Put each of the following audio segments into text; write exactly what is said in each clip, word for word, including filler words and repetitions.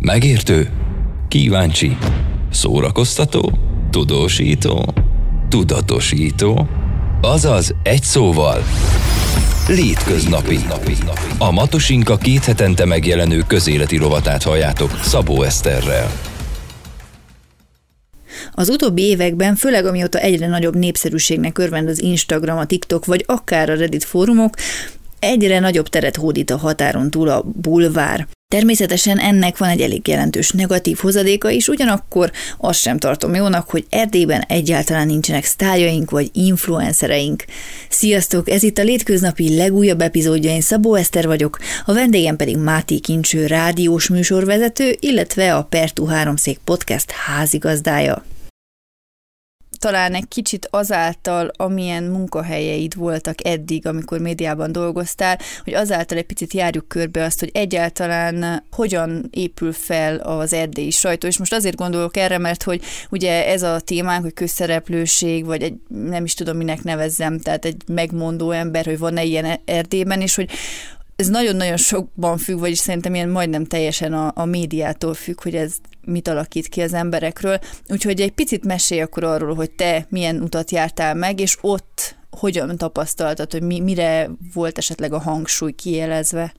Megértő, kíváncsi, szórakoztató, tudósító, tudatosító, azaz egy szóval Létköznapi. A Matosinka két hetente megjelenő közéleti rovatát halljátok Szabó Eszterrel. Az utóbbi években, főleg amióta egyre nagyobb népszerűségnek örvend az Instagram, a TikTok vagy akár a Reddit fórumok, egyre nagyobb teret hódít a határon túl a bulvár. Természetesen ennek van egy elég jelentős negatív hozadéka is, ugyanakkor azt sem tartom jónak, hogy Erdélyben egyáltalán nincsenek sztárjaink vagy influencereink. Sziasztok, ez itt a Létköznapi legújabb epizódja, én Szabó Eszter vagyok, a vendégem pedig Máté Kincső rádiós műsorvezető, illetve a Pertú Háromszék podcast házigazdája. Talán egy kicsit azáltal, amilyen munkahelyeid voltak eddig, amikor médiában dolgoztál, hogy azáltal egy picit járjuk körbe azt, hogy egyáltalán hogyan épül fel az erdélyi sajtó. És most azért gondolok erre, mert hogy ugye ez a témánk, hogy közszereplőség, vagy egy, nem is tudom, minek nevezzem, tehát egy megmondó ember, hogy van-e ilyen Erdélyben, és hogy ez nagyon-nagyon sokban függ, vagyis szerintem ilyen majdnem teljesen a, a médiától függ, hogy ez mit alakít ki az emberekről. Úgyhogy egy picit mesélj akkor arról, hogy te milyen utat jártál meg, és ott hogyan tapasztaltad, hogy mi, mire volt esetleg a hangsúly kijelezve.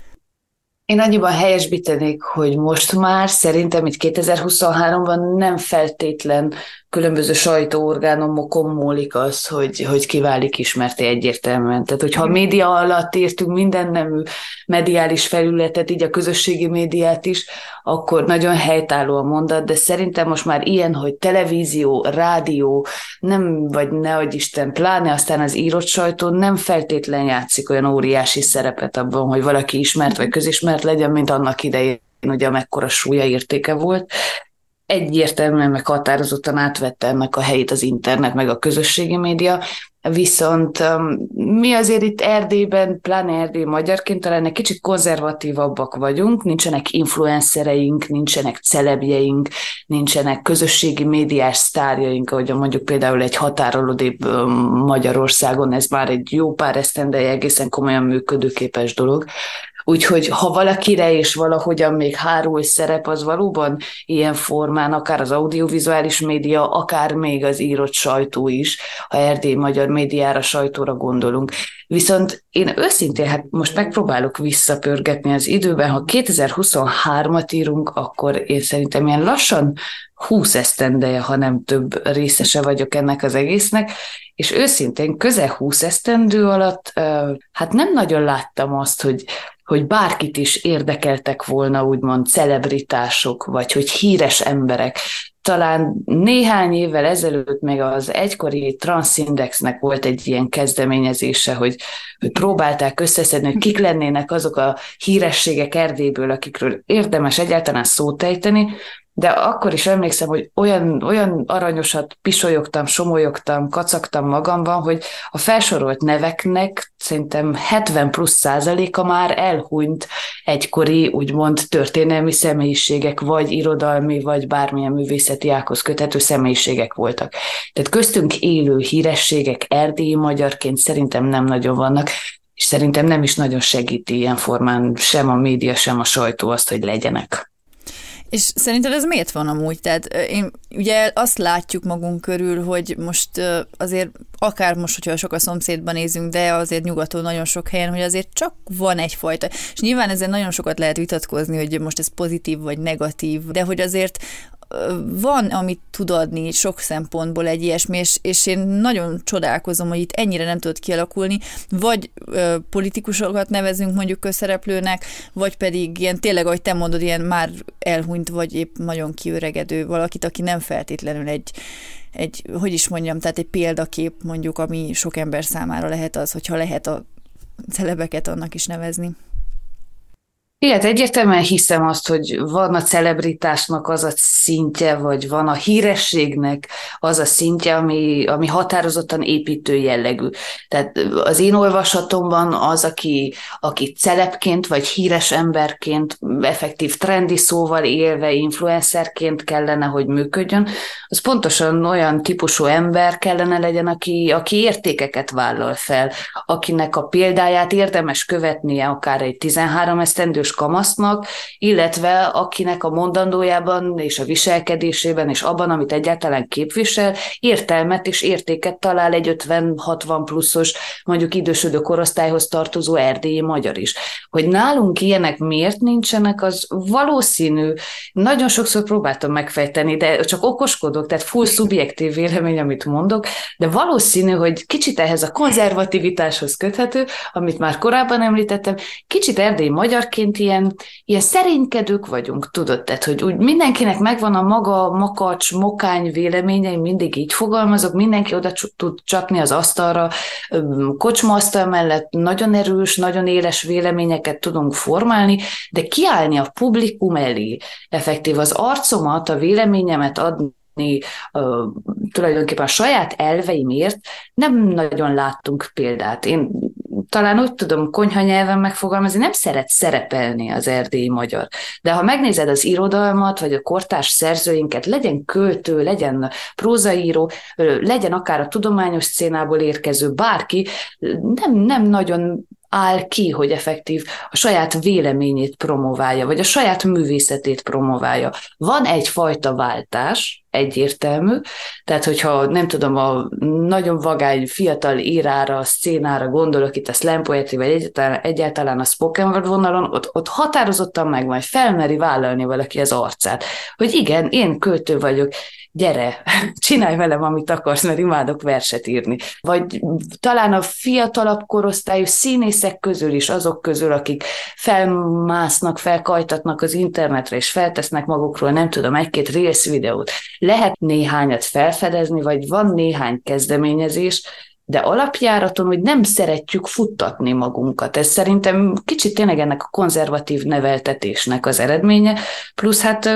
Én annyiban helyesbítenék, hogy most már szerintem itt kétezer-huszonháromban nem feltétlen különböző sajtóorgánumokon múlik az, hogy, hogy kiválik ismerté egyértelműen. Tehát, hogyha a média alatt értünk minden nemű mediális felületet, így a közösségi médiát is, akkor nagyon helytálló a mondat, de szerintem most már ilyen, hogy televízió, rádió, nem, vagy nehogy Isten, pláne aztán az írott sajtó nem feltétlen játszik olyan óriási szerepet abban, hogy valaki ismert vagy közismert legyen, mint annak idején, ugye mekkora súlya értéke volt. Egyértelműen meg határozottan átvette ennek a helyét az internet, meg a közösségi média, viszont um, mi azért itt Erdélyben, pláne Erdély magyarként talán egy kicsit konzervatívabbak vagyunk, nincsenek influencereink, nincsenek celebjeink, nincsenek közösségi médiás sztárjaink, ahogy mondjuk például egy határolódébb um, Magyarországon, ez már egy jó pár esztendeje egészen komolyan működőképes dolog. Úgyhogy ha valakire és valahogyan még hárul szerep, az valóban ilyen formán, akár az audiovizuális média, akár még az írott sajtó is, ha erdélyi magyar médiára, sajtóra gondolunk. Viszont én őszintén, hát most megpróbálok visszapörgetni az időben, ha kétezer-huszonhármat írunk, akkor én szerintem ilyen lassan húsz esztendeje, ha nem több részese vagyok ennek az egésznek, és őszintén közel húsz esztendő alatt hát nem nagyon láttam azt, hogy hogy bárkit is érdekeltek volna úgymond celebritások, vagy hogy híres emberek. Talán néhány évvel ezelőtt még az egykori Transzindexnek volt egy ilyen kezdeményezése, hogy, hogy próbálták összeszedni, hogy kik lennének azok a hírességek Erdélyből, akikről érdemes egyáltalán szót ejteni, de akkor is emlékszem, hogy olyan, olyan aranyosat pisolyogtam, somolyogtam, kacagtam magamban, hogy a felsorolt neveknek szerintem hetven plusz százaléka már elhunyt egykori, úgymond történelmi személyiségek, vagy irodalmi, vagy bármilyen művészeti ághoz köthető személyiségek voltak. Tehát köztünk élő hírességek erdélyi magyarként szerintem nem nagyon vannak, és szerintem nem is nagyon segíti ilyen formán sem a média, sem a sajtó azt, hogy legyenek. És szerinted ez miért van amúgy? Tehát én, ugye azt látjuk magunk körül, hogy most azért, akár most, hogyha sok a szomszédban nézünk, de azért nyugaton nagyon sok helyen, hogy azért csak van egyfajta. És nyilván ezzel nagyon sokat lehet vitatkozni, hogy most ez pozitív vagy negatív, de hogy azért van, amit tud adni sok szempontból egy ilyesmi, és, és én nagyon csodálkozom, hogy itt ennyire nem tudott kialakulni, vagy ö, politikusokat nevezünk mondjuk közszereplőnek, vagy pedig ilyen tényleg, ahogy te mondod, ilyen már elhunyt, vagy épp nagyon kiöregedő valakit, aki nem feltétlenül egy, egy, hogy is mondjam, tehát egy példakép mondjuk, ami sok ember számára lehet az, hogyha lehet a celebeket annak is nevezni. Igen, egyértelműen hiszem azt, hogy van a celebritásnak az a szintje, vagy van a hírességnek az a szintje, ami, ami határozottan építő jellegű. Tehát az én olvasatomban az, aki, aki celebként, vagy híres emberként, effektív trendi szóval élve, influencerként kellene, hogy működjön, az pontosan olyan típusú ember kellene legyen, aki, aki értékeket vállal fel, akinek a példáját érdemes követnie akár egy tizenhárom esztendős kamasznak, illetve akinek a mondandójában és a viselkedésében és abban, amit egyáltalán képvisel, értelmet és értéket talál egy ötven-hatvan pluszos, mondjuk idősödő korosztályhoz tartozó erdélyi magyar is. Hogy nálunk ilyenek miért nincsenek, az valószínű. Nagyon sokszor próbáltam megfejteni, de csak okoskodok, tehát full szubjektív vélemény, amit mondok, de valószínű, hogy kicsit ehhez a konzervativitáshoz köthető, amit már korábban említettem, kicsit erdélyi magyarként ilyen, ilyen szerénykedők vagyunk, tudod, tehát, hogy úgy mindenkinek megvan a maga makacs, mokány véleménye, én mindig így fogalmazok, mindenki oda tud csapni az asztalra, kocsmaasztal mellett nagyon erős, nagyon éles véleményeket tudunk formálni, de kiállni a publikum elé, effektív az arcomat, a véleményemet adni, Uh, tulajdonképpen a saját elveimért nem nagyon láttunk példát. Én talán úgy tudom konyhanyelven megfogalmazni, nem szeret szerepelni az erdélyi magyar. De ha megnézed az irodalmat, vagy a kortárs szerzőinket, legyen költő, legyen prózaíró, legyen akár a tudományos szcénából érkező bárki, nem, nem nagyon áll ki, hogy effektív a saját véleményét promoválja, vagy a saját művészetét promoválja. Van egyfajta váltás, egyértelmű, tehát hogyha nem tudom, a nagyon vagány fiatal írára, a szcénára gondolok, itt a slam poetry, vagy egyáltalán, egyáltalán a spoken word vonalon, ott, ott határozottan meg majd felmeri vállalni valaki az arcát, hogy igen, én költő vagyok, gyere, csinálj velem, amit akarsz, mert imádok verset írni. Vagy talán a fiatalabb korosztályú színészek közül is, azok közül, akik felmásznak, felkajtatnak az internetre, és feltesznek magukról, nem tudom, egy-két Reels videót. Lehet néhányat felfedezni, vagy van néhány kezdeményezés, de alapjáraton, hogy nem szeretjük futtatni magunkat. Ez szerintem kicsit tényleg ennek a konzervatív neveltetésnek az eredménye, plusz hát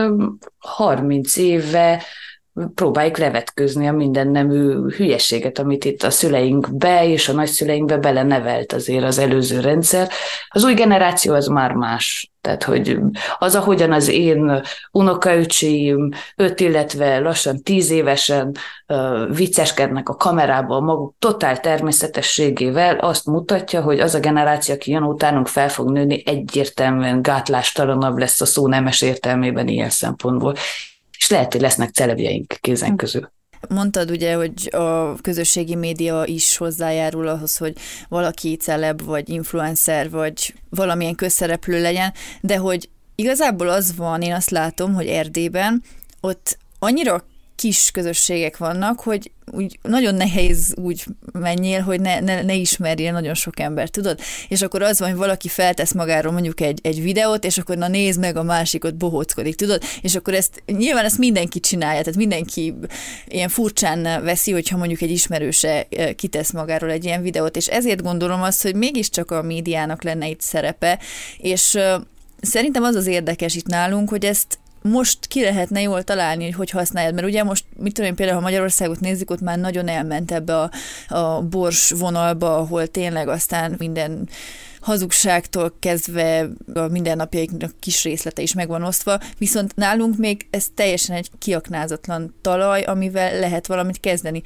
harminc éve próbáljuk levetkőzni a mindennemű hülyességet, amit itt a szüleinkbe és a nagyszüleinkbe belenevelt azért az előző rendszer. Az új generáció az már más. Tehát, hogy az, ahogyan az én unokaöcséim öt, illetve lassan tíz évesen uh, vicceskednek a kamerában maguk totál természetességével, azt mutatja, hogy az a generáció, aki jön utánunk fel fog nőni, egyértelműen gátlástalanabb lesz a szó nemes értelmében ilyen szempontból. És lehet, hogy lesznek celebjeink kézen közül. Mondtad ugye, hogy a közösségi média is hozzájárul ahhoz, hogy valaki celeb, vagy influencer, vagy valamilyen közszereplő legyen, de hogy igazából az van, én azt látom, hogy Erdélyben ott annyira kis közösségek vannak, hogy úgy nagyon nehéz úgy menjél, hogy ne, ne, ne ismerjél nagyon sok embert, tudod? És akkor az van, hogy valaki feltesz magáról mondjuk egy, egy videót, és akkor na nézd meg, a másikot bohóckodik, tudod? És akkor ezt, nyilván ezt mindenki csinálja, tehát mindenki ilyen furcsán veszi, hogyha mondjuk egy ismerőse kitesz magáról egy ilyen videót, és ezért gondolom azt, hogy mégiscsak a médiának lenne itt szerepe, és uh, szerintem az az érdekes itt nálunk, hogy ezt most ki lehetne jól találni, hogy hogy használjad, mert ugye most, mit tudom én, például ha Magyarországot nézzük, ott már nagyon elment ebbe a, a bors vonalba, ahol tényleg aztán minden hazugságtól kezdve a mindennapjaiknak kis részlete is meg van osztva, viszont nálunk még ez teljesen egy kiaknázatlan talaj, amivel lehet valamit kezdeni.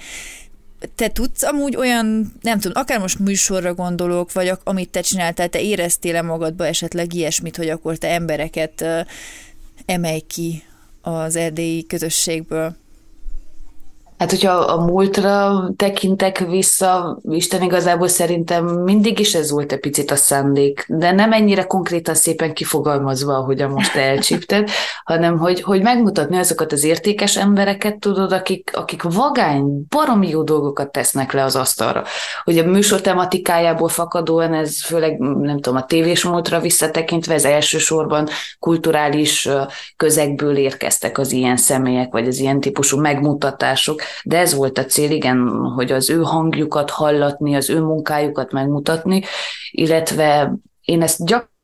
Te tudsz amúgy olyan, nem tudom, akár most műsorra gondolok, vagy amit te csináltál, te éreztél-e magadba esetleg ilyesmit, hogy akkor te embereket emelj ki az erdélyi közösségből? Hát, hogyha a múltra tekintek vissza, Isten igazából szerintem mindig is ez volt egy picit a szándék, de nem ennyire konkrétan szépen kifogalmazva, ahogyan most elcsípted, hanem hogy, hogy megmutatni azokat az értékes embereket, tudod, akik, akik vagány, baromi jó dolgokat tesznek le az asztalra. Hogy a műsor tematikájából fakadóan ez főleg, nem tudom, a tévés múltra visszatekintve, ez elsősorban kulturális közegből érkeztek az ilyen személyek, vagy az ilyen típusú megmutatások. De ez volt a cél, igen, hogy az ő hangjukat hallatni, az ő munkájukat megmutatni, illetve én ezt gyakorlatilag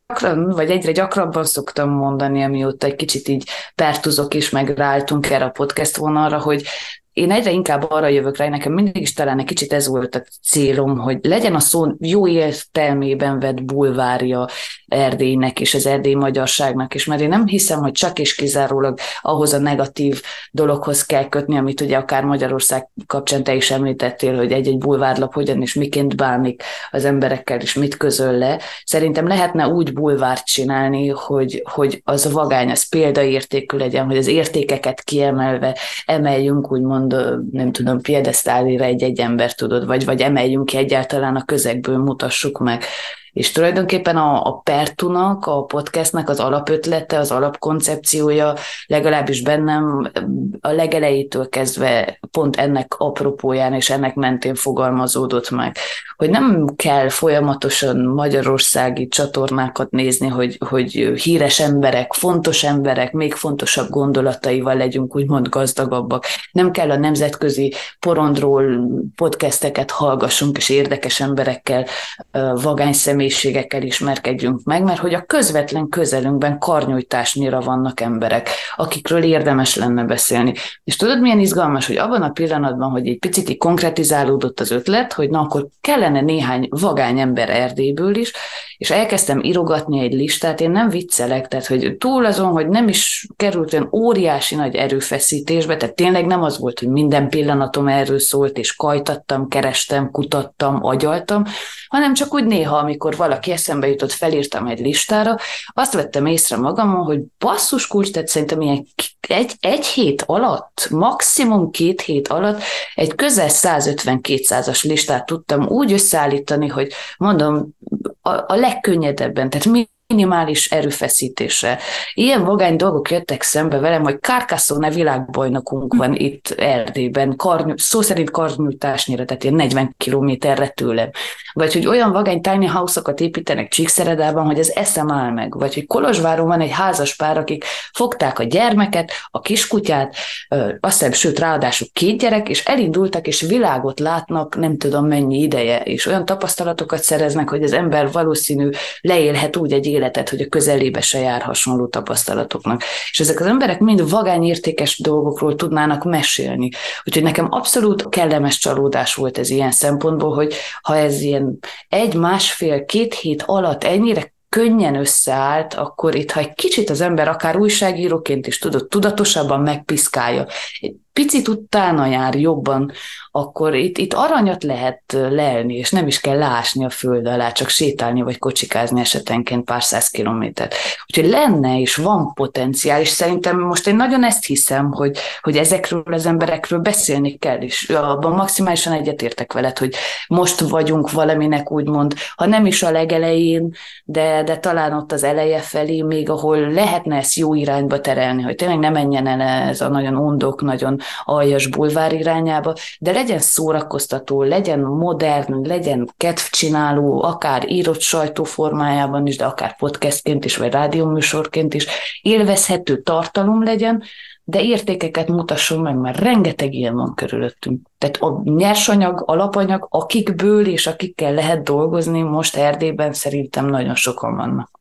gyakran, vagy egyre gyakrabban szoktam mondani, amióta egy kicsit így pertuzok is, meg ráálltunk erre a podcast vonalra, hogy én egyre inkább arra jövök rá, nekem mindig is talán egy kicsit ez volt a célom, hogy legyen a szó jó értelmében vett bulvárja Erdélynek és az erdélyi magyarságnak is, mert én nem hiszem, hogy csak és kizárólag ahhoz a negatív dologhoz kell kötni, amit ugye akár Magyarország kapcsán te is említettél, hogy egy-egy bulvárlap hogyan és miként bánik az emberekkel, és mit közöl le. Szerintem lehetne úgy bulvárt csinálni, hogy, hogy az vagány, az példaértékű legyen, hogy az értékeket kiemelve emeljünk, úgymond nem tudom, piedesztálira egy-egy ember, tudod, vagy, vagy emeljünk ki egyáltalán a közegből, mutassuk meg. És tulajdonképpen a, a Pertunak, a podcastnak az alapötlete, az alapkoncepciója legalábbis bennem a legelejétől kezdve pont ennek apropóján és ennek mentén fogalmazódott meg, hogy nem kell folyamatosan magyarországi csatornákat nézni, hogy, hogy híres emberek, fontos emberek, még fontosabb gondolataival legyünk úgymond gazdagabbak. Nem kell a nemzetközi porondról podcasteket hallgassunk, és érdekes emberekkel, vagány személyiségekkel ismerkedjünk meg, mert hogy a közvetlen közelünkben karnyújtásnyira vannak emberek, akikről érdemes lenne beszélni. És tudod, milyen izgalmas, hogy abban a pillanatban, hogy egy picit konkretizálódott az ötlet, hogy na akkor kellene néhány vagány ember Erdélyből is, és elkezdtem írogatni egy listát, én nem viccelek, tehát hogy túl azon, hogy nem is került olyan óriási nagy erőfeszítésbe, tehát tényleg nem az volt, hogy minden pillanatom erről szólt, és kajtattam, kerestem, kutattam, agyaltam, hanem csak úgy néha, amikor valaki eszembe jutott, felírtam egy listára, azt vettem észre magamon, hogy basszus kulcs, tehát szerintem ilyen egy, egy hét alatt, maximum két hét alatt egy közel százötven-kétszázas listát tudtam úgy összeállítani, hogy mondom, a, a legkönnyedebben, tehát minimális erőfeszítéssel. Ilyen vagány dolgok jöttek szembe velem, hogy Carcassonne világbajnokunk van itt Erdélyben, karny- szó szerint karnyújtásnyira, tehát ilyen negyven kilométerre tőlem. Vagy hogy olyan vagány tiny house-okat építenek Csíkszeredában, hogy az eszem áll meg. Vagy hogy Kolozsváron van egy házas pár, akik fogták a gyermeket, a kiskutyát, azt hiszem, sőt, ráadásul két gyerek, és elindultak, és világot látnak, nem tudom mennyi ideje, és olyan tapasztalatokat szereznek, hogy az ember valószínű leélhet úgy egy életet, hogy a közelébe se jár hasonló tapasztalatoknak. És ezek az emberek mind vagányértékes dolgokról tudnának mesélni. Úgyhogy nekem abszolút kellemes csalódás volt ez ilyen szempontból, hogy ha ez ilyen egy-másfél-két hét alatt ennyire könnyen összeállt, akkor itt, ha egy kicsit az ember akár újságíróként is tudott, tudatosabban megpiszkálja, egy picit utána jár jobban, akkor itt, itt aranyat lehet lelni, és nem is kell leásni a föld alá, csak sétálni vagy kocsikázni esetenként pár száz kilométert. Úgyhogy lenne és van potenciál, és szerintem most én nagyon ezt hiszem, hogy, hogy ezekről az emberekről beszélni kell, és abban maximálisan egyetértek veled, hogy most vagyunk valaminek úgymond, ha nem is a legelején, de, de talán ott az eleje felé, még ahol lehetne ezt jó irányba terelni, hogy tényleg ne menjen el ez a nagyon ondok, nagyon aljas bulvár irányába, de legyen szórakoztató, legyen modern, legyen kedvcsináló, akár írott sajtó formájában is, de akár podcastként is, vagy rádióműsorként is, élvezhető tartalom legyen, de értékeket mutasson meg, mert rengeteg ilyen van körülöttünk. Tehát a nyersanyag, alapanyag, akikből és akikkel lehet dolgozni, most Erdélyben szerintem nagyon sokan vannak.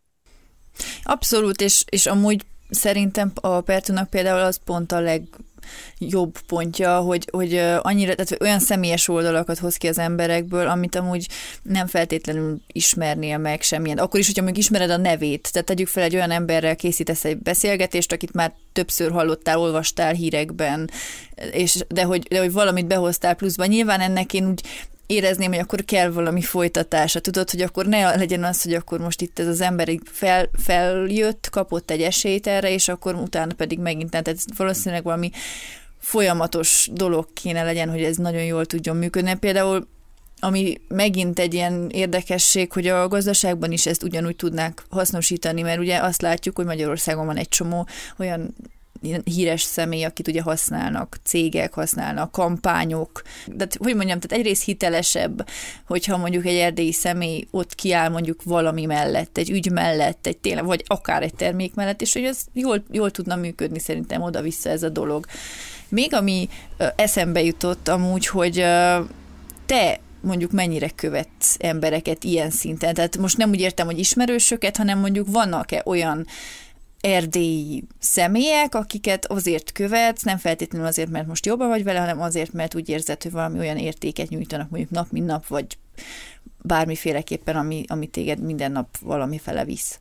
Abszolút, és, és amúgy szerintem a Pertunak például az pont a leg jobb pontja, hogy, hogy annyira, tehát olyan személyes oldalakat hoz ki az emberekből, amit amúgy nem feltétlenül ismernél meg semmilyen. Akkor is, hogyha még ismered a nevét, tehát tegyük fel, egy olyan emberrel készítesz egy beszélgetést, akit már többször hallottál, olvastál hírekben, és, de, hogy, de hogy valamit behoztál pluszban. Nyilván ennek én úgy érezném, hogy akkor kell valami folytatása. Tudod, hogy akkor ne legyen az, hogy akkor most itt ez az ember fel, feljött, kapott egy esélyt erre, és akkor utána pedig megint, tehát valószínűleg valami folyamatos dolog kéne legyen, hogy ez nagyon jól tudjon működni. Például, ami megint egy ilyen érdekesség, hogy a gazdaságban is ezt ugyanúgy tudnák hasznosítani, mert ugye azt látjuk, hogy Magyarországon van egy csomó olyan híres személy, akit ugye használnak, cégek használnak, kampányok. De hogy mondjam, tehát egyrészt hitelesebb, hogyha mondjuk egy erdélyi személy ott kiáll mondjuk valami mellett, egy ügy mellett, egy tényleg, vagy akár egy termék mellett, és hogy ez jól, jól tudna működni szerintem oda-vissza ez a dolog. Még ami eszembe jutott amúgy, hogy te mondjuk mennyire követsz embereket ilyen szinten? Tehát most nem úgy értem, hogy ismerősöket, hanem mondjuk vannak-e olyan erdélyi személyek, akiket azért követsz, nem feltétlenül azért, mert most jobban vagy vele, hanem azért, mert úgy érzed, hogy valami olyan értéket nyújtanak mondjuk nap, mint nap, vagy bármiféleképpen, ami, ami téged minden nap valamifele visz.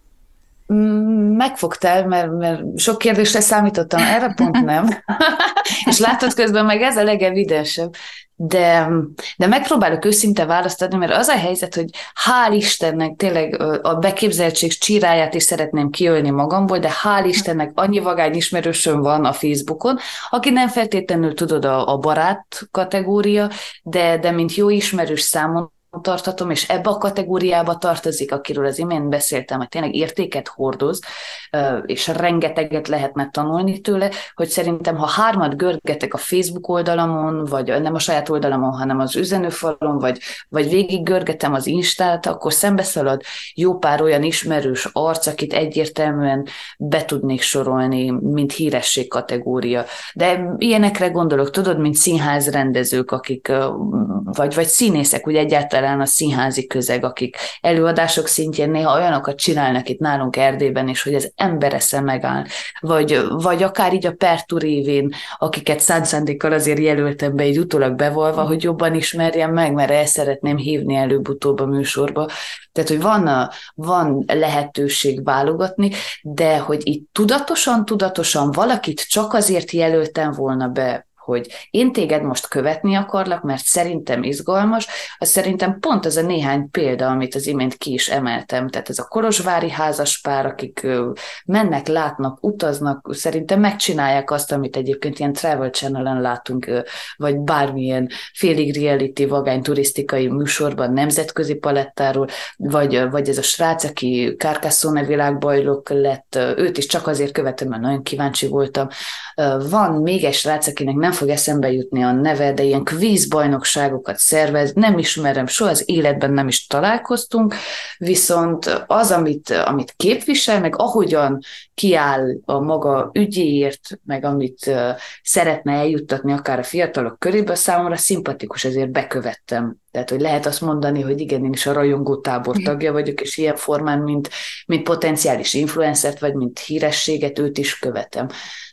Megfogtál, mert, mert sok kérdésre számítottam, erre pont nem. És látod közben meg ez a legevidensebb. De, de megpróbálok őszinte választ adni, mert az a helyzet, hogy hál' Istennek tényleg a beképzeltség csíráját is szeretném kiölni magamból, de hál' Istennek annyi vagány ismerősöm van a Facebookon, aki nem feltétlenül tudod a, a barát kategória, de, de mint jó ismerős számon tartatom, és ebbe a kategóriába tartozik, akiről az imént beszéltem, hogy tényleg értéket hordoz, és rengeteget lehetne tanulni tőle, hogy szerintem, ha hármat görgetek a Facebook oldalamon, vagy nem a saját oldalamon, hanem az üzenőfalon, vagy, vagy végig görgetem az Instát, akkor szembeszalad jó pár olyan ismerős arc, akit egyértelműen be tudnék sorolni, mint híresség kategória. De ilyenekre gondolok, tudod, mint színházrendezők, akik, vagy, vagy színészek, ugye egyáltalán a színházi közeg, akik előadások szintjén néha olyanokat csinálnak itt nálunk Erdélyben, és hogy ez ember esze megáll. Vagy, vagy akár így a Pertú révén, akiket szánt szándékkal azért jelöltem be, így utólag bevolva, hogy jobban ismerjem meg, mert el szeretném hívni előbb-utóbb a műsorba. Tehát, hogy van, a, van lehetőség válogatni, de hogy itt tudatosan, tudatosan valakit csak azért jelöltem volna be, hogy én téged most követni akarlak, mert szerintem izgalmas, az szerintem pont az a néhány példa, amit az imént ki is emeltem. Tehát ez a kolozsvári házaspár, akik mennek, látnak, utaznak, szerintem megcsinálják azt, amit egyébként ilyen Travel Channel-en látunk, vagy bármilyen félig reality, vagány turisztikai műsorban, nemzetközi palettáról, vagy, vagy ez a srác, aki Carcassonne világbajnok lett, őt is csak azért követem, mert nagyon kíváncsi voltam. Van még egy srác, akinek nem fog eszembe jutni a neve, de ilyen kvízbajnokságokat szervez, nem ismerem, soha az életben nem is találkoztunk, viszont az, amit, amit képvisel, meg ahogyan kiáll a maga ügyéért, meg amit uh, szeretne eljuttatni akár a fiatalok köréből, számomra szimpatikus, ezért bekövettem. Tehát, hogy lehet azt mondani, hogy igen, én is a rajongó tábor tagja vagyok, és ilyen formán, mint, mint potenciális influencert, vagy mint hírességet, őt is követem.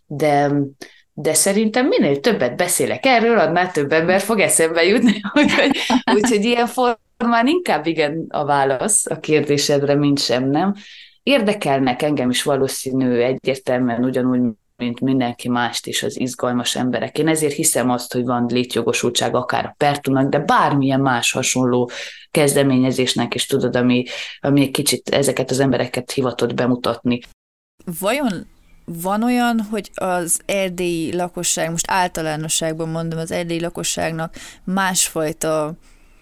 De de szerintem minél többet beszélek erről, annál több ember fog eszembe jutni. Úgyhogy, úgyhogy ilyen formán inkább igen a válasz a kérdésedre, mint sem, nem. Érdekelnek engem is valószínű egyértelműen ugyanúgy, mint mindenki mást is az izgalmas emberek. Én ezért hiszem azt, hogy van létjogosultság akár a Pertúnak, de bármilyen más hasonló kezdeményezésnek is tudod, ami, ami egy kicsit ezeket az embereket hivatott bemutatni. Vajon van olyan, hogy az erdélyi lakosság, most általánosságban mondom, az erdélyi lakosságnak másfajta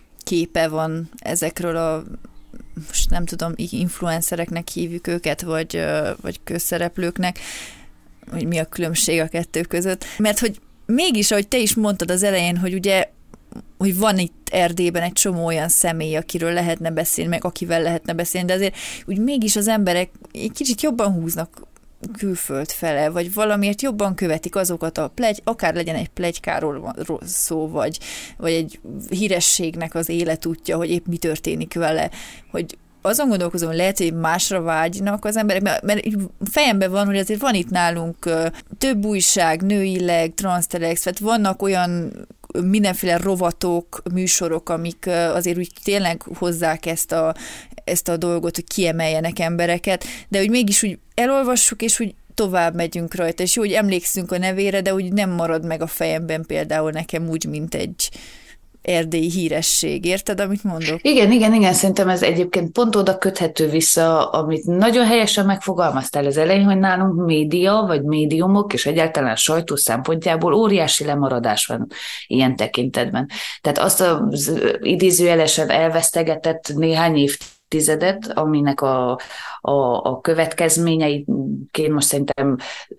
képe van ezekről a, most nem tudom, influencereknek hívjuk őket, vagy, vagy közszereplőknek, hogy mi a különbség a kettő között. Mert hogy mégis, ahogy te is mondtad az elején, hogy ugye hogy van itt Erdélyben egy csomó olyan személy, akiről lehetne beszélni, meg akivel lehetne beszélni, de azért úgy mégis az emberek egy kicsit jobban húznak külföld fele, vagy valamiért jobban követik azokat a plegy, akár legyen egy pletykáról szó, vagy, vagy egy hírességnek az életútja, hogy épp mi történik vele, hogy azon gondolkozom, hogy lehet, hogy másra vágynak az emberek, mert, mert fejemben van, hogy azért van itt nálunk több újság, nőileg, transztelex, tehát vannak olyan mindenféle rovatok, műsorok, amik azért úgy tényleg hozzák ezt a, ezt a dolgot, hogy kiemeljenek embereket, de hogy mégis úgy elolvassuk, és úgy tovább megyünk rajta, és jó, hogy emlékszünk a nevére, de úgy nem marad meg a fejemben például nekem úgy, mint egy erdélyi híresség. Érted, amit mondok? Igen, igen, igen, szerintem ez egyébként pont oda köthető vissza, amit nagyon helyesen megfogalmaztál az elején, hogy nálunk média, vagy médiumok, és egyáltalán sajtó szempontjából óriási lemaradás van ilyen tekintetben. Tehát azt az idézőjelesen elvesztegetett néhány év tizedet, aminek a, a, a következményeiként most szerintem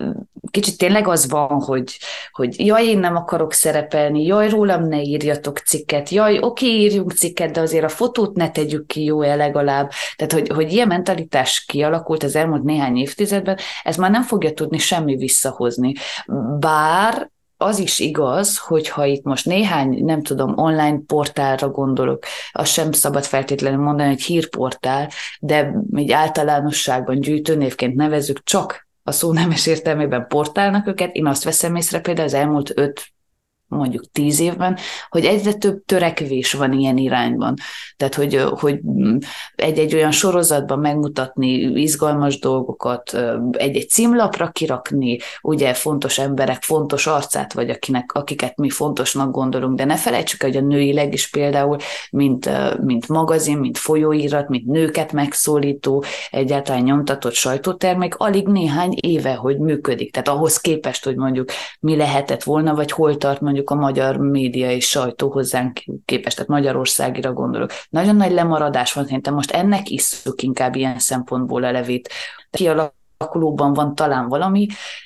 kicsit tényleg az van, hogy, hogy jaj, én nem akarok szerepelni, jaj, rólam ne írjatok cikket, jaj, oké, írjunk cikket, de azért a fotót ne tegyük ki, jó-e legalább. Tehát, hogy, hogy ilyen mentalitás kialakult az elmúlt néhány évtizedben, ez már nem fogja tudni semmi visszahozni. Bár az is igaz, hogyha itt most néhány, nem tudom, online portálra gondolok, azt sem szabad feltétlenül mondani, hogy hírportál, de így általánosságban gyűjtőnévként nevezzük, csak a szó nemes értelmében portálnak őket. Én azt veszem észre például az elmúlt öt mondjuk tíz évben, hogy egyre több törekvés van ilyen irányban. Tehát, hogy, hogy egy-egy olyan sorozatban megmutatni izgalmas dolgokat, egy-egy címlapra kirakni, ugye fontos emberek, fontos arcát, vagy akinek, akiket mi fontosnak gondolunk, de ne felejtsük, hogy a nőileg is például, mint, mint magazin, mint folyóirat, mint nőket megszólító, egyáltalán nyomtatott sajtótermék, alig néhány éve, hogy működik. Tehát ahhoz képest, hogy mondjuk mi lehetett volna, vagy hol tart mondjuk a magyar média és sajtó hozzánk képest, tehát Magyarországira gondolok. Nagyon nagy lemaradás van, szerintem most ennek isszuk inkább ilyen szempontból a levét. Kialakulóban van talán valami,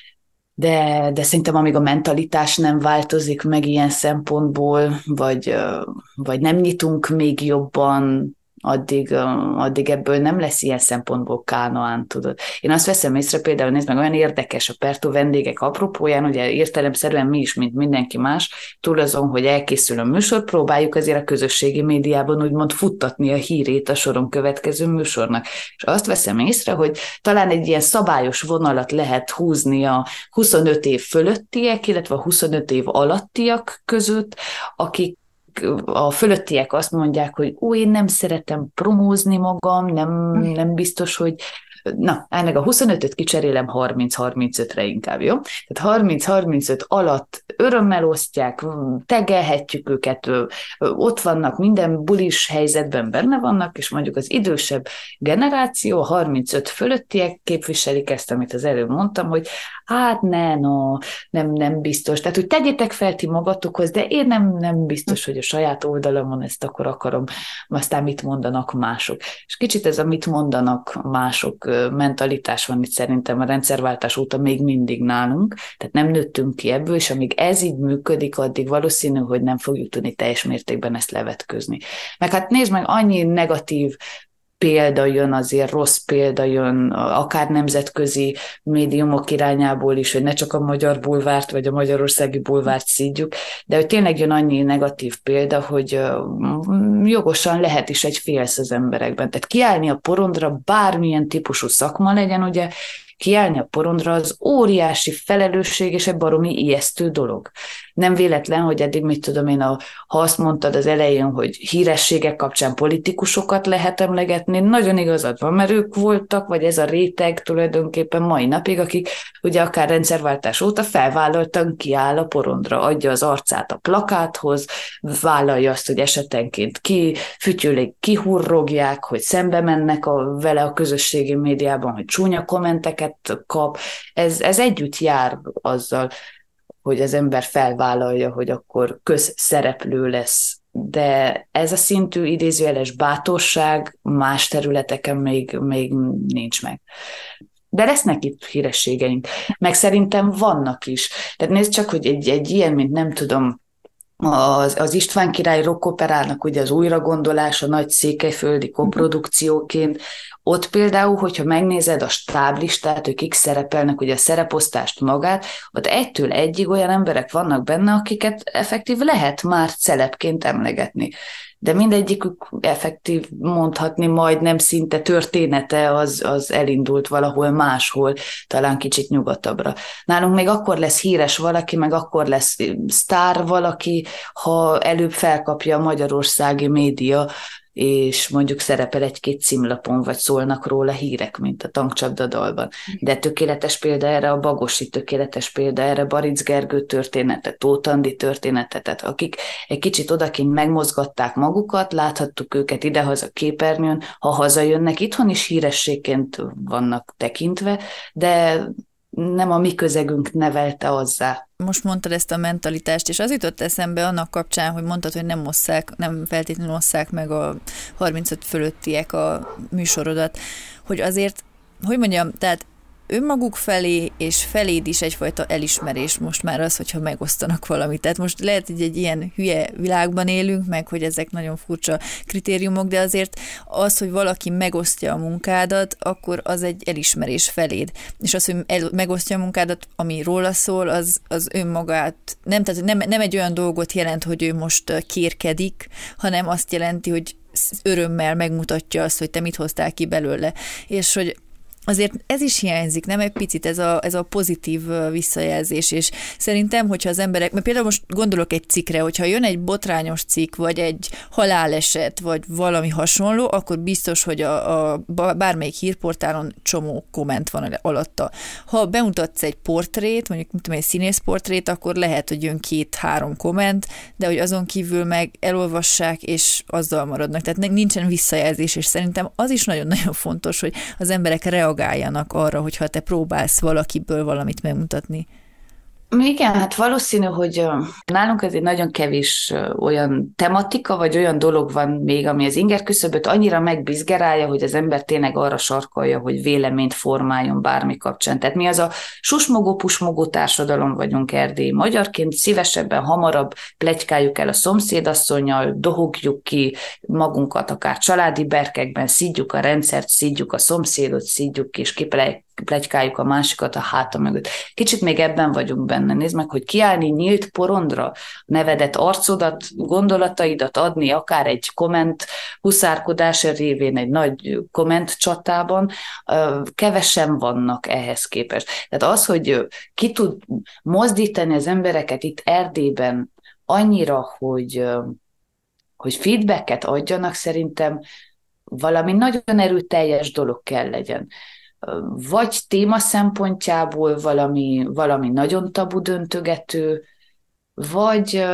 de, de szerintem amíg a mentalitás nem változik meg ilyen szempontból, vagy, vagy nem nyitunk még jobban, addig, addig ebből nem lesz ilyen szempontból Kánaán, tudod. Én azt veszem észre, például nézd meg, olyan érdekes a Pertó vendégek apropóján, ugye értelemszerűen mi is, mint mindenki más, túl azon, hogy elkészül a műsor, próbáljuk azért a közösségi médiában úgymond futtatni a hírét a soron következő műsornak. És azt veszem észre, hogy talán egy ilyen szabályos vonalat lehet húzni a huszonöt év fölöttiek, illetve a huszonöt év alattiak között, akik a fölöttiek azt mondják, hogy ó, én nem szeretem promózni magam, nem, nem biztos, hogy na, ennek a huszonötöt kicserélem harminc-harmincötre inkább, jó? Tehát harminc-harmincöt alatt örömmel osztják, tegelhetjük őket, ott vannak, minden bulis helyzetben benne vannak, és mondjuk az idősebb generáció, a harmincöt fölöttiek képviselik ezt, amit az előbb mondtam, hogy hát ne, no, nem, nem biztos. Tehát, hogy tegyétek fel ti magatokhoz, de én nem, nem biztos, hogy a saját oldalamon ezt akkor akarom, aztán mit mondanak mások. És kicsit ez a mit mondanak mások mentalitás van itt szerintem a rendszerváltás óta még mindig nálunk, tehát nem nőttünk ki ebből, és amíg ez így működik, addig valószínű, hogy nem fogjuk tudni teljes mértékben ezt levetközni. Meg hát nézd meg, annyi negatív példa jön, azért rossz példa jön, akár nemzetközi médiumok irányából is, hogy ne csak a magyar bulvárt, vagy a magyarországi bulvárt szídjuk, de hogy tényleg jön annyi negatív példa, hogy jogosan lehet is egy félsz az emberekben. Tehát kiállni a porondra, bármilyen típusú szakma legyen, ugye, kiállni a porondra az óriási felelősség és egy baromi ijesztő dolog. Nem véletlen, hogy eddig, mit tudom én, a, ha azt mondtad az elején, hogy hírességek kapcsán politikusokat lehet emlegetni, nagyon igazad van, mert ők voltak, vagy ez a réteg tulajdonképpen mai napig, akik ugye akár rendszerváltás óta felvállaltan kiáll a porondra, adja az arcát a plakáthoz, vállalja azt, hogy esetenként ki, fütyülik, kihurrogják, hogy szembe mennek a, vele a közösségi médiában, hogy csúnya kommenteket kap. Ez, ez együtt jár azzal, hogy az ember felvállalja, hogy akkor közszereplő lesz. De ez a szintű idézőjeles bátorság más területeken még, még nincs meg. De lesznek itt hírességeink. Meg szerintem vannak is. Tehát nézd csak, hogy egy, egy ilyen, mint nem tudom, az, az István király rockoperának ugye az újragondolása nagy székelyföldi koprodukcióként, ott például, hogyha megnézed a stáblistát, ők kik szerepelnek, ugye a szereposztást magát, ott egytől egyig olyan emberek vannak benne, akiket effektív lehet már celebként emlegetni. De mindegyikük effektív mondhatni majdnem szinte története az, az elindult valahol máshol, talán kicsit nyugatabbra. Nálunk még akkor lesz híres valaki, meg akkor lesz sztár valaki, ha előbb felkapja a magyarországi média, és mondjuk szerepel egy-két címlapon, vagy szólnak róla hírek, mint a Tankcsapda dalban. De tökéletes példa erre a Bagosi, tökéletes példa erre Baric Gergő története, Tóth Andi története, tehát akik egy kicsit odakint megmozgatták magukat, láthattuk őket idehaza képernyőn, ha hazajönnek, itthon is hírességként vannak tekintve, de nem a mi közegünk nevelte azzá. Most mondtad ezt a mentalitást, és az jutott eszembe annak kapcsán, hogy mondtad, hogy nem osszák, nem feltétlenül osszák meg a harmincöt fölöttiek a műsorodat, hogy azért, hogy mondjam, tehát önmaguk felé, és feléd is egyfajta elismerés most már az, hogyha megosztanak valamit. Tehát most lehet, hogy egy ilyen hülye világban élünk, meg hogy ezek nagyon furcsa kritériumok, de azért az, hogy valaki megosztja a munkádat, akkor az egy elismerés feléd. És az, hogy el, megosztja a munkádat, ami róla szól, az, az önmagát, nem, tehát nem, nem egy olyan dolgot jelent, hogy ő most kérkedik, hanem azt jelenti, hogy örömmel megmutatja azt, hogy te mit hoztál ki belőle. És hogy azért ez is hiányzik, nem egy picit ez a, ez a pozitív visszajelzés, és szerintem, hogyha az emberek, mert például most gondolok egy cikkre, hogyha jön egy botrányos cikk, vagy egy haláleset, vagy valami hasonló, akkor biztos, hogy a, a bármelyik hírportálon csomó komment van alatta. Ha bemutatsz egy portrét, mondjuk mit tudom, egy színészportrét, akkor lehet, hogy jön két-három komment, de hogy azon kívül meg elolvassák, és azzal maradnak. Tehát nincsen visszajelzés, és szerintem az is nagyon-nagyon fontos, hogy az emberek reagáljanak arra, hogyha te próbálsz valakiből valamit megmutatni. Igen, hát valószínű, hogy nálunk ez egy nagyon kevés olyan tematika, vagy olyan dolog van még, ami az inger küszöböt annyira megbizgerálja, hogy az ember tényleg arra sarkalja, hogy véleményt formáljon bármi kapcsán. Tehát mi az a susmogó-pusmogó társadalom vagyunk erdélyi magyarként, szívesebben, hamarabb pletykáljuk el a szomszédasszonnyal, dohogjuk ki magunkat akár családi berkekben, szidjuk a rendszert, szidjuk a szomszédot, szidjuk ki, és pletykáljuk a másikat a háta mögött. Kicsit még ebben vagyunk benne. Nézd meg, hogy kiállni nyílt porondra, nevedet, arcodat, gondolataidat adni, akár egy komment huszárkodás révén, egy nagy komment csatában, kevesen vannak ehhez képest. Tehát az, hogy ki tud mozdítani az embereket itt Erdélyben annyira, hogy, hogy feedbacket adjanak, szerintem valami nagyon erőteljes dolog kell legyen. Vagy téma szempontjából valami, valami nagyon tabu döntögető, vagy,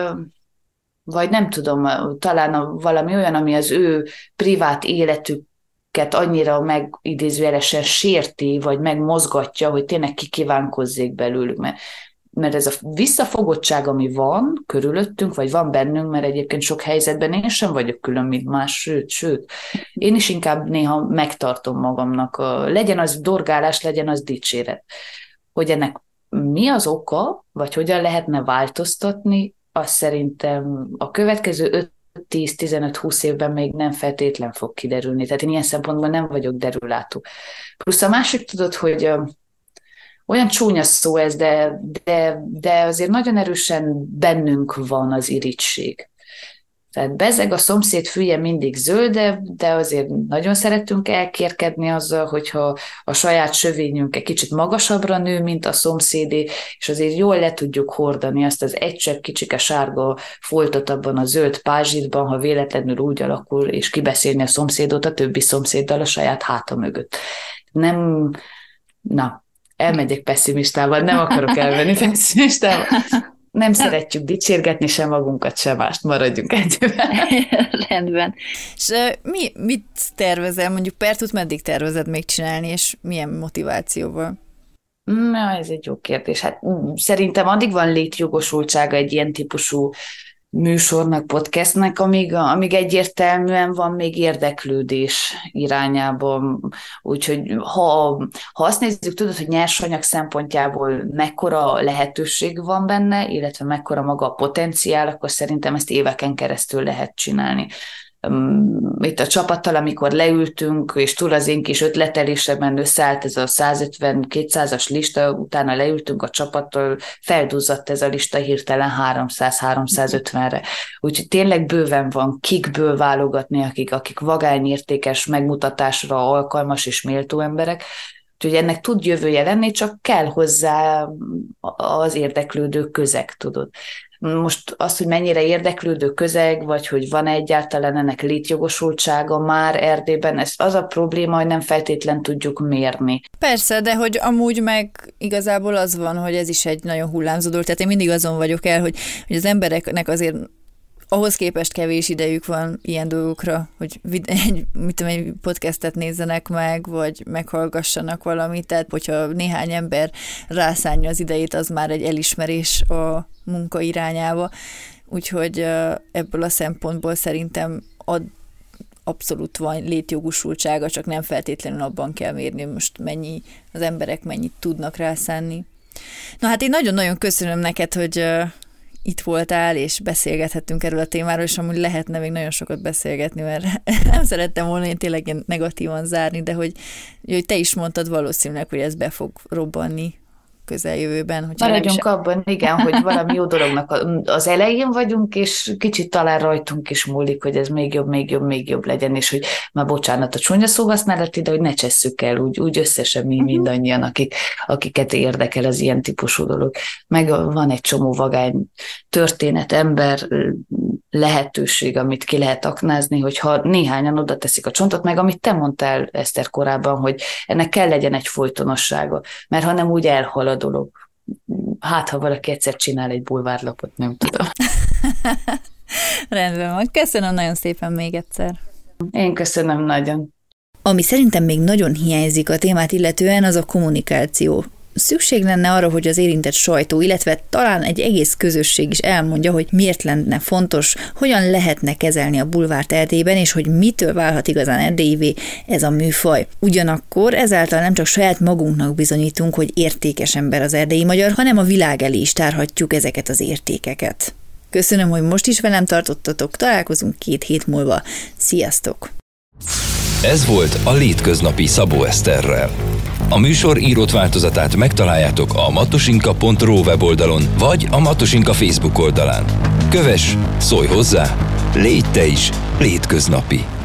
vagy nem tudom, talán valami olyan, ami az ő privát életüket annyira megidézőjelesen sérti, vagy megmozgatja, hogy tényleg kikívánkozzék belőlük, mert mert ez a visszafogottság, ami van körülöttünk, vagy van bennünk, mert egyébként sok helyzetben én sem vagyok külön, mint más, sőt, sőt, én is inkább néha megtartom magamnak, a, legyen az dorgálás, legyen az dicséret. Hogy ennek mi az oka, vagy hogyan lehetne változtatni, azt szerintem a következő öt tíz-tizenöt-húsz évben még nem feltétlen fog kiderülni. Tehát én ilyen szempontból nem vagyok derülátó. Plusz a másik tudod, hogy olyan csúnya szó ez, de, de, de azért nagyon erősen bennünk van az irigység. Tehát bezeg a szomszéd fülye mindig zöld, de, de azért nagyon szeretünk elkérkedni azzal, hogyha a saját sövényünk egy kicsit magasabbra nő, mint a szomszédé, és azért jól le tudjuk hordani azt az egy csepp kicsike sárga foltot abban a zöld pázsitban, ha véletlenül úgy alakul, és kibeszélni a szomszédot a többi szomszéddal a saját háta mögött. Nem, na, elmegyek pessimistával, nem akarok elvenni pessimistával. Nem szeretjük dicsérgetni sem magunkat, sem mást, maradjunk egyben. Rendben. És uh, mi, mit tervezel, mondjuk Pertut meddig tervezed még csinálni, és milyen motivációval? Na, ez egy jó kérdés. Hát szerintem addig van létjogosultsága egy ilyen típusú műsornak, podcastnek, amíg, amíg egyértelműen van még érdeklődés irányában. Úgyhogy ha, ha azt nézzük, tudod, hogy nyersanyag szempontjából mekkora lehetőség van benne, illetve mekkora maga a potenciál, akkor szerintem ezt éveken keresztül lehet csinálni. Itt a csapattal, amikor leültünk, és túl az én kis ötletelésemben összeállt ez a százötven-kétszázas lista, utána leültünk a csapattal, felduzzadt ez a lista hirtelen háromszáz-háromszázötvenre. Úgyhogy tényleg bőven van kikből válogatni, akik, akik vagányértékes megmutatásra alkalmas és méltó emberek. Úgyhogy ennek tud jövője lenni, csak kell hozzá az érdeklődő közeg, tudod. Most az, hogy mennyire érdeklődő közeg, vagy hogy van egyáltalán ennek létjogosultsága már Erdélyben, ez az a probléma, hogy nem feltétlen tudjuk mérni. Persze, de hogy amúgy meg igazából az van, hogy ez is egy nagyon hullámzó dolog, tehát én mindig azon vagyok el, hogy, hogy az embereknek azért ahhoz képest kevés idejük van ilyen dolgokra, hogy egy, mit tudom, egy podcastet nézzenek meg, vagy meghallgassanak valamit, tehát hogyha néhány ember rászánja az idejét, az már egy elismerés a munka irányába. Úgyhogy ebből a szempontból szerintem ad, abszolút van létjogosultsága, csak nem feltétlenül abban kell mérni, hogy most mennyi, az emberek mennyit tudnak rászánni. Na hát én nagyon-nagyon köszönöm neked, hogy uh, itt voltál, és beszélgethettünk erről a témáról, és amúgy lehetne még nagyon sokat beszélgetni, mert nem szerettem volna én tényleg ilyen negatívan zárni, de hogy, hogy te is mondtad valószínűleg, hogy ez be fog robbanni közeljövőben. Maradjunk is... abban, igen, hogy valami jó dolognak az elején vagyunk, és kicsit talán rajtunk is múlik, hogy ez még jobb, még jobb, még jobb legyen, és hogy már bocsánat a csúnya szóhasználat, de hogy ne csesszük el úgy, úgy összesen mi mindannyian, akik, akiket érdekel az ilyen típusú dolog. Meg van egy csomó vagány történet, ember, lehetőség, amit ki lehet aknázni, hogyha néhányan oda teszik a csontot, meg amit te mondtál, Eszter, korábban, hogy ennek kell legyen egy folytonossága, mert ha nem úgy elhal a dolog. Hát, ha valaki egyszer csinál egy bulvárlapot, nem tudom. Rendben van. Köszönöm nagyon szépen még egyszer. Én köszönöm nagyon. Ami szerintem még nagyon hiányzik a témát illetően, az a kommunikáció. Szükség lenne arra, hogy az érintett sajtó, illetve talán egy egész közösség is elmondja, hogy miért lenne fontos, hogyan lehetne kezelni a bulvárt Erdélyben, és hogy mitől válhat igazán erdélyivé ez a műfaj. Ugyanakkor ezáltal nem csak saját magunknak bizonyítunk, hogy értékes ember az erdélyi magyar, hanem a világ elé is tárhatjuk ezeket az értékeket. Köszönöm, hogy most is velem tartottatok, találkozunk két hét múlva. Sziasztok! Ez volt a Létköznapi Szabó Eszterrel. A műsor írott változatát megtaláljátok a matosinka pont ro weboldalon, vagy a Matosinka Facebook oldalán. Kövess, szólj hozzá, légy te is létköznapi!